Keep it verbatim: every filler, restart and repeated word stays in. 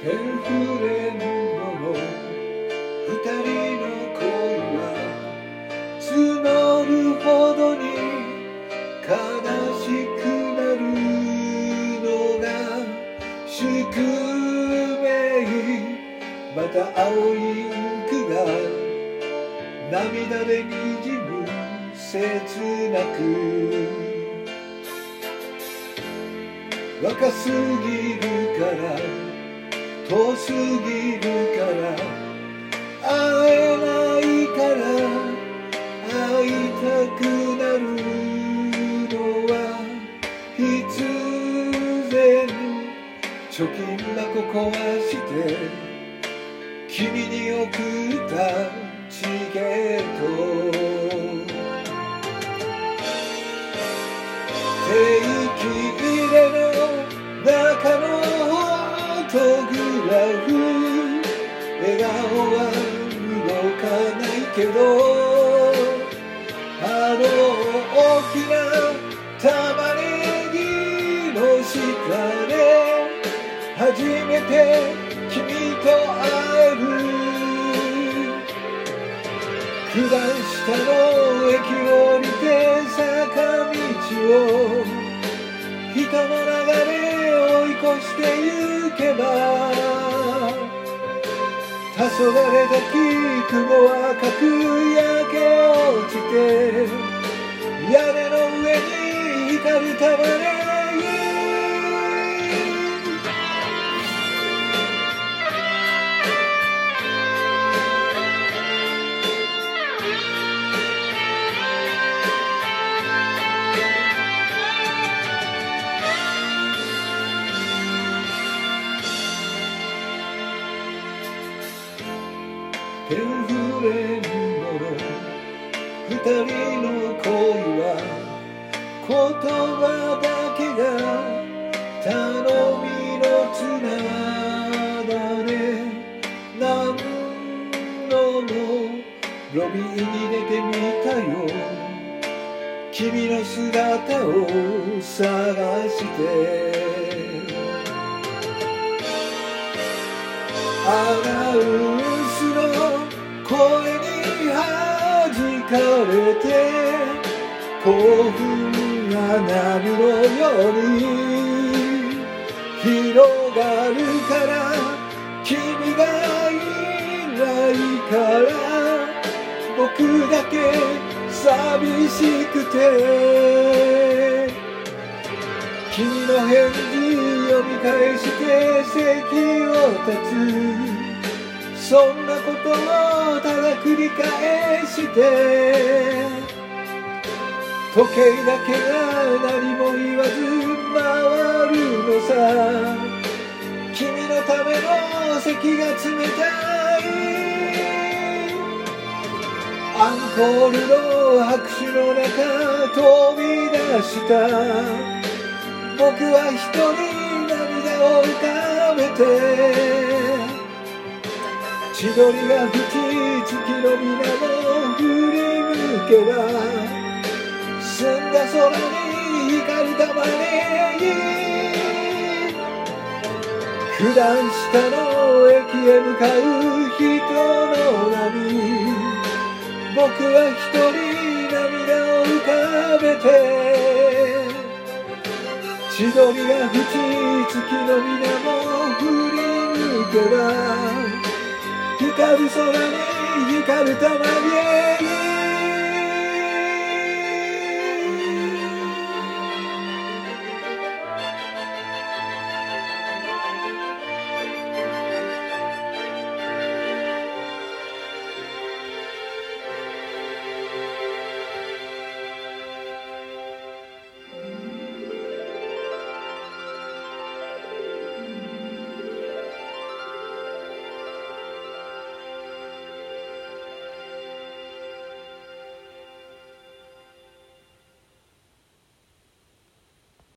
ペンフレンドの二人の恋は募るほどに悲しくなるのが宿命。また青いインクが涙でにじむ切なく。若すぎるから遠すぎるから会えないから会いたくなるのは必然。貯金箱壊して君に送ったチケット。定期入れの中のフォトグラフ、笑顔は動かないけどあの大きな玉ねぎの下で初めて君と会える。九段下の駅を降りて坂道を人の流れを追い越してゆけば黄昏時雲は赤く焼け落ちて屋根の上に光る玉ねぎ。ペンフレンドの二人の恋は言葉だけが頼みの綱だね。何度もロビーに出てみたよ君の姿を探して。アナウンスの声に弾かれて興奮が波のように広がるから君がいないから僕だけ寂しくて君の返事読み返して席を立つ。そんなことをただ繰り返して時計だけが何も言わず回るのさ。君のための席が冷たい。アンコールの拍手の中飛び出した僕は一人涙を浮かべて千鳥が吹き月の水面振り向けば澄んだ空に光る玉ねぎ。九段下の駅へ向かう人の波僕は一人涙を浮かべて千鳥が吹き月の水面振り向けば光る空に光る玉ねぎ。